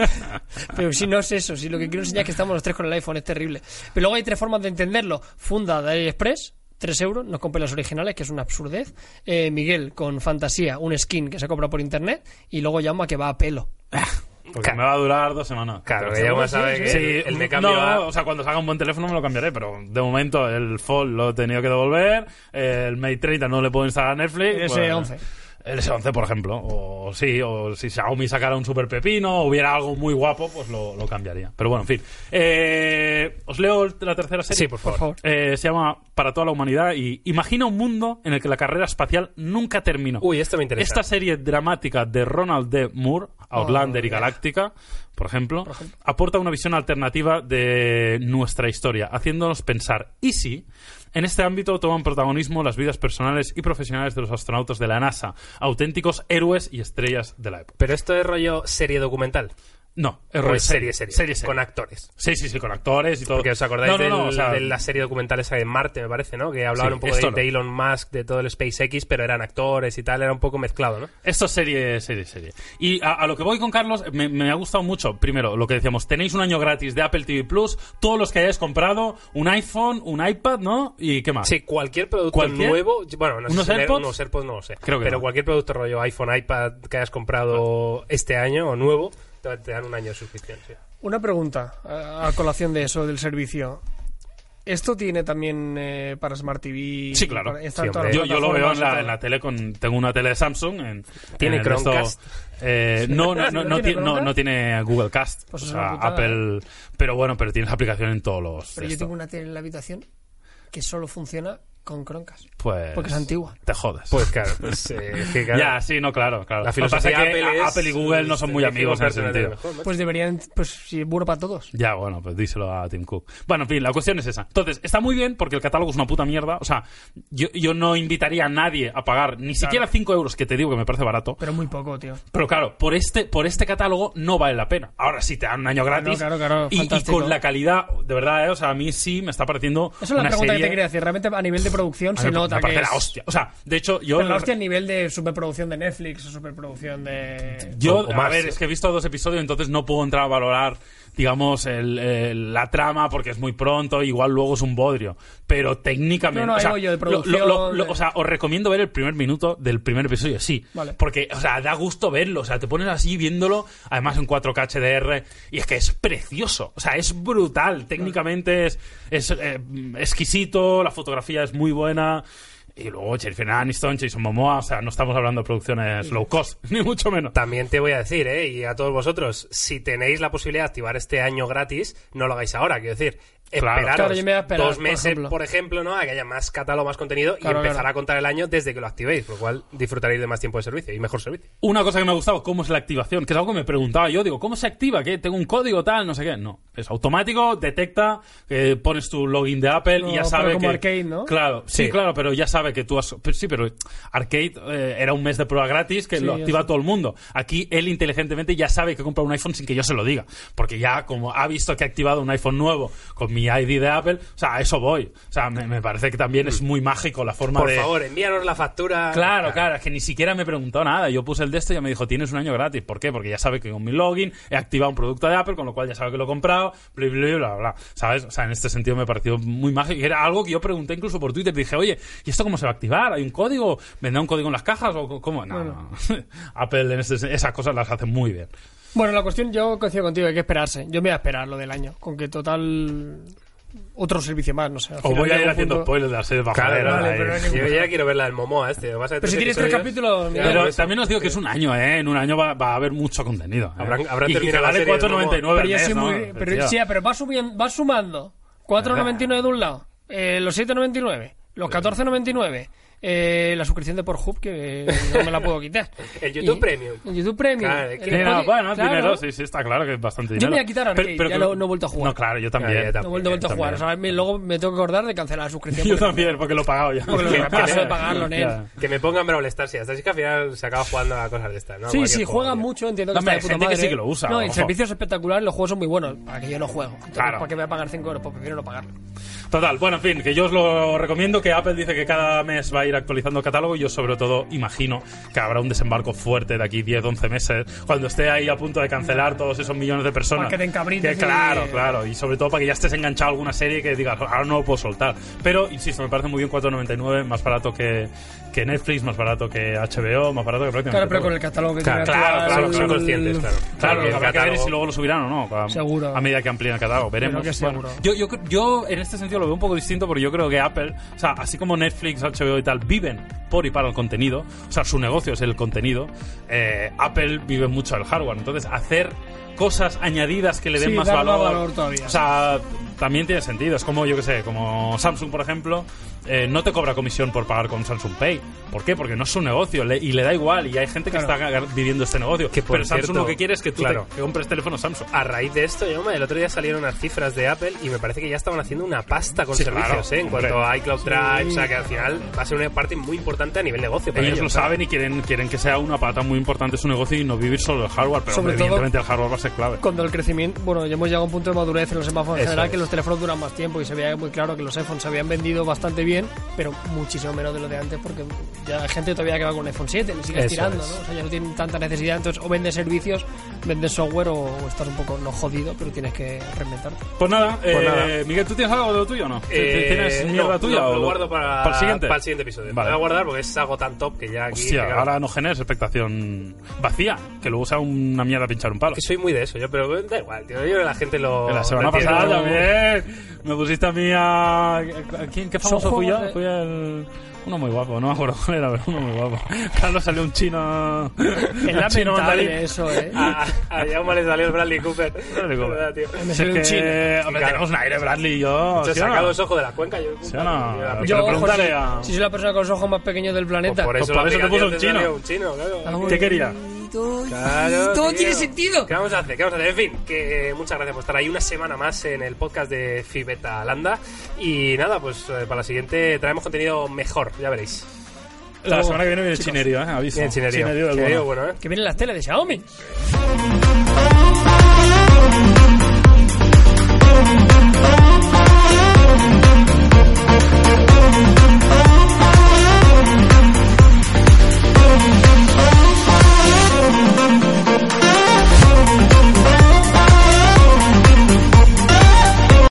Pero si no es eso, si lo que quiero enseñar es que estamos los tres con el iPhone, es terrible. Pero luego hay tres formas de entenderlo. Funda de AliExpress, tres euros, no compre las originales, que es una absurdez. Eh, Miguel, con Fantasía, un skin que se compra por internet. Y luego llama que va a pelo. Porque Claro. me va a durar dos semanas. Claro, que Seguro, Jaume sí, sabe sí. que Sí, el, el me cambio no, va- o sea, cuando salga un buen teléfono me lo cambiaré, pero de momento el Fold lo he tenido que devolver, el Mate treinta no le puedo instalar a Netflix. El S once. El S once, por ejemplo, o sí, o si Xiaomi sacara un super pepino, o hubiera algo muy guapo, pues lo, lo cambiaría. Pero bueno, en fin. Eh, ¿Os leo la tercera serie? Sí, por favor. Por favor. Eh, se llama Para toda la humanidad y imagina un mundo en el que la carrera espacial nunca terminó. Uy, esto me interesa. Esta serie dramática de Ronald D. Moore, Outlander Oh, y yeah. Galáctica, por ejemplo, Por ejemplo. aporta una visión alternativa de nuestra historia, haciéndonos pensar, ¿y si en este ámbito toman protagonismo las vidas personales y profesionales de los astronautas de la NASA, auténticos héroes y estrellas de la época? Pero esto es rollo serie documental. No, es O rollo es serie, serie. serie, serie. Con actores. Sí, sí, sí, con actores y todo. Porque os acordáis No, no, del- no, o sea, de la serie documental esa de Marte, me parece, ¿no? Que hablaban Sí, un poco esto de, no. de Elon Musk, de todo el SpaceX, pero eran actores y tal, era un poco mezclado, ¿no? Esto es serie, serie, serie. Y a, a lo que voy con Carlos, me, me ha gustado mucho. Primero, lo que decíamos, tenéis un año gratis de Apple T V Plus, todos los que hayáis comprado, un iPhone, un iPad, ¿no? ¿Y qué más? Sí, cualquier producto ¿Cualquier? nuevo, bueno, no sé ¿Unos si AirPods? unos AirPods no lo sé, Creo que pero no. cualquier producto rollo iPhone, iPad que hayas comprado este año o nuevo, te, te dan un año de suscripción, sí. Una pregunta a, a colación de eso, del servicio. ¿Esto tiene también eh, para Smart T V? Sí, claro. Para, está en Sí, todas las Yo, yo lo veo en plataformas y la, todo? en la tele con... Tengo una tele de Samsung. En, ¿Tiene en el resto- Chromecast? eh, no, no, no, no, ¿Tiene ti- no, Chromecast? no tiene Google Cast. Pues o es sea, una putada, Apple... Pero bueno, pero tienes aplicación en todos los... Pero yo esto. tengo una tele en la habitación que solo funciona con Chromecast. Pues... Porque es antigua. Te jodes. Pues claro, pues eh, que claro. Ya, sí, no, claro, claro. La Lo que pasa filosofía es que Apple a- es... Apple y Google no son muy tenéis que amigos en ese comprarte una tele sentido. mejor, macho. Pues deberían, pues si es bueno para todos. Ya, bueno, pues díselo a Tim Cook. Bueno, en fin, la cuestión es esa. Entonces, está muy bien porque el catálogo es una puta mierda. O sea, yo, yo no invitaría a nadie a pagar ni siquiera cinco euros, que te digo que me parece barato. Pero muy poco, tío. Pero claro, por este, por este catálogo no vale la pena. Ahora sí te dan un año gratis. Claro, claro, claro, y, y fantástico. con la calidad, de verdad, ¿eh? O sea, a mí sí me está pareciendo. Esa es la una pregunta serie- que te quería decir. Realmente a nivel de producción a se mí me- nota me que parece es... la hostia. O sea, de hecho, yo. Pero la hostia a nivel de superproducción de Netflix o superproducción de... Yo, O- o a más, ver, ¿eh? es que he visto dos episodios, entonces no puedo entrar a valorar, digamos, el, el- la trama porque es muy pronto, igual luego es un bodrio. Pero técnicamente. No, no, o sea, digo yo, de lo- producción, lo- lo- lo- de- o sea, os recomiendo ver el primer minuto del primer episodio, sí. Vale. Porque, o sea, da gusto verlo. O sea, te pones así viéndolo, además en cuatro K H D R, y es que es precioso. O sea, es brutal. Técnicamente es, es eh, exquisito, la fotografía es muy buena. Y luego Jennifer Aniston, Jason Momoa, o sea, no estamos hablando de producciones low cost, ni mucho menos. También te voy a decir, ¿eh? Y a todos vosotros, si tenéis la posibilidad de activar este año gratis, no lo hagáis ahora, quiero decir. Claro. Esperaros Claro, yo me voy a esperar, dos por meses, ejemplo. por ejemplo, ¿no? A que haya más catálogo, más contenido Claro, y empezar claro. a contar el año desde que lo activéis, por lo cual disfrutaréis de más tiempo de servicio y mejor servicio. Una cosa que me ha gustado, ¿cómo es la activación? Que es algo que me preguntaba yo, digo, ¿cómo se activa? ¿Qué? ¿Tengo un código tal? No sé qué. No, es automático, detecta, que pones tu login de Apple No, y ya pero sabe como que... Arcade, ¿no? Claro, sí, Sí. claro, pero ya sabe que tú has... pero sí, pero Arcade eh, era un mes de prueba gratis que Sí, lo activa eso. todo el mundo. Aquí él inteligentemente ya sabe que compra un iPhone sin que yo se lo diga. Porque ya como ha visto que he activado un iPhone nuevo con mi I D de Apple, o sea, a eso voy. O sea, me, me parece que también es muy mágico la forma Por de... favor, envíanos la factura. Claro, claro, es que ni siquiera me preguntó nada. Yo puse el de esto y ya me dijo, tienes un año gratis. ¿Por qué? Porque ya sabe que con mi login he activado un producto de Apple, con lo cual ya sabe que lo he comprado, bla, bla, bla, bla, bla. ¿Sabes? O sea, en este sentido me pareció muy mágico. Y era algo que yo pregunté incluso por Twitter. Dije, oye, ¿y esto cómo se va a activar? ¿Hay un código? ¿Vendrá un código en las cajas? ¿O cómo? No, no. Apple en este- esas cosas las hace muy bien. Bueno, la cuestión, yo coincido contigo, hay que esperarse. Yo me voy a esperar lo del año, con que total... Otro servicio más, no sé. al O final voy a llega ir un haciendo punto- spoilers de la serie de Claro, Bajadera, vale, ahí. pero hay que- Yo ya quiero ver la del Momoa este. Vas a ver Pero si tres tienes tres episodios. capítulos... mira, Pero eso. también os digo que es un año, ¿eh? En un año va, va a haber mucho contenido. ¿eh? Habrán- habrán y, y que terminado la vale serie de cuatro noventa y nueve pero al yo mes, soy ¿no? muy... Pero, Tío. sí, pero va, subiendo, va sumando cuatro noventa y nueve de un lado, eh, los siete noventa y nueve, los catorce noventa y nueve, eh, la suscripción de Pornhub, que no me la puedo quitar. El YouTube Y- Premium. El YouTube Premium. Claro, es que- El Dinero, código- bueno, claro. dinero, sí, sí, está claro que es bastante Yo dinero. me voy a quitar Arcade, ya que- no- no he vuelto a jugar. No, claro, yo también. Ah, ya No he vuelto, he vuelto a jugar. O sea, me- luego me tengo que acordar de cancelar la suscripción. Yo porque- también, porque lo he pagado ya. Porque lo que me paso de pagarlo, nen. Ya. Que me pongan Brawl Stars y hasta así que al final se acaba jugando a cosas de estas, ¿no? Sí, Cualquier sí, juego, juegan tío. mucho, entiendo No, que está de hombre, puta gente que madre. sí que lo usa, No, el ojo. servicio es espectacular, los juegos son muy buenos, para que yo no juego. Entonces, Claro. ¿para qué voy a pagar cinco euros? Pues prefiero no pagarlo. Total, bueno, en fin, que yo os lo recomiendo, que Apple dice que cada mes va a ir actualizando el catálogo y yo sobre todo imagino que habrá un desembarco fuerte de aquí diez, once meses, cuando esté ahí a punto de cancelar todos esos millones de personas. Para que te encabrites Que claro, y- claro, y sobre todo para que ya estés enganchado a alguna serie que digas, ahora no lo puedo soltar. Pero, insisto, me parece muy bien cuatro noventa y nueve, más barato que, que Netflix, más barato que H B O, más barato que prácticamente Claro, pero todo. con el catálogo que Claro, tiene claro, actual, claro, Son, son el- conscientes, claro. Claro, Que el habrá que ver catálogo- si luego lo subirán o no. A, Seguro. A medida que amplíen el catálogo, veremos. Creo que Bueno, seguro. yo, yo, yo en este sentido lo veo un poco distinto porque yo creo que Apple, o sea, así como Netflix, H B O y tal, viven por y para el contenido, o sea, su negocio es el contenido, eh, Apple vive mucho del hardware. Entonces, hacer cosas añadidas que le den Sí, más darle más valor, valor todavía. o sea, también tiene sentido. Es como, yo que sé, como Samsung, por ejemplo, eh, no te cobra comisión por pagar con Samsung Pay. ¿Por qué? Porque no es su negocio le- y le da igual. Y hay gente que Claro. está ga- viviendo este negocio. Que, por Pero Samsung cierto, lo que quiere es que tú claro. te, que compres teléfono Samsung. A raíz de esto, Jaume, el otro día salieron unas cifras de Apple y me parece que ya estaban haciendo una pasta con Sí, servicios, claro, ¿eh? En hombre. cuanto a iCloud Drive, o sea que al final va a ser una parte muy importante a nivel negocio. para Ellos ellos, lo ¿sabes? saben y quieren, quieren que sea una pata muy importante su negocio y no vivir solo del hardware. Pero Sobre hombre, todo- evidentemente el hardware va a ser clave. Cuando el crecimiento, bueno, ya hemos llegado a un punto de madurez en los semáforos en Eso general es. que los teléfonos duran más tiempo y se veía muy claro que los iPhones se habían vendido bastante bien, pero muchísimo menos de lo de antes porque ya hay gente todavía que va con un iPhone siete, le sigues Eso tirando, es. ¿no? O sea, ya no tienen tanta necesidad, entonces o vendes servicios, vendes software o, o estás un poco no jodido, pero tienes que reinventarte. Pues nada, eh, nada. Miguel, ¿tú tienes algo de lo tuyo o no? Eh, ¿Tienes mierda no, tuya no, o lo guardo para, para el siguiente? para el siguiente episodio. Vale. Lo voy a guardar porque es algo tan top que ya aquí... Hostia, que, ahora no generes expectación vacía, que luego sea una mierda pinchar un palo. que soy muy de eso, yo, pero da igual, tío. Yo creo que la gente lo... Que la semana lo entiende. pasada también, Joder, me pusiste a mí a... ¿a quién? ¿Qué famoso Son fui yo? juegos de- Fui el... Uno muy guapo, no me acuerdo cuál era, pero uno muy guapo. Carlos salió un chino... Es chino mandarín. lamentable eso, ¿eh? A, a Jaume le salió el Bradley Cooper. Bradley Cooper. ¿Verdad, tío? Me Si salió un es chino. que... Hombre, Claro. tenemos un aire, Bradley y yo. Se ¿sí o saca no? los ojos de la cuenca. Yo, ¿Sí o no? Yo la- Pero Yo, ojo, pregúntale si, a- si soy la persona con los ojos más pequeños del planeta. Pues por eso, Pues por la eso te puso un aplicación chino. salió un chino, claro. ¿Qué quería? Claro, Todo tío. tiene sentido. ¿Qué vamos a hacer? ¿Qué vamos a hacer? En fin, que eh, muchas gracias por estar ahí una semana más en el podcast de Fibeta Landa. Y nada, pues eh, para la siguiente traemos contenido mejor, ya veréis. La Todo, semana que viene viene el chicos. chinerío, ¿eh? Aviso. Bien, chinerío. Chinerío del Chinerío bueno. bueno, ¿eh? Que vienen las telas de Xiaomi.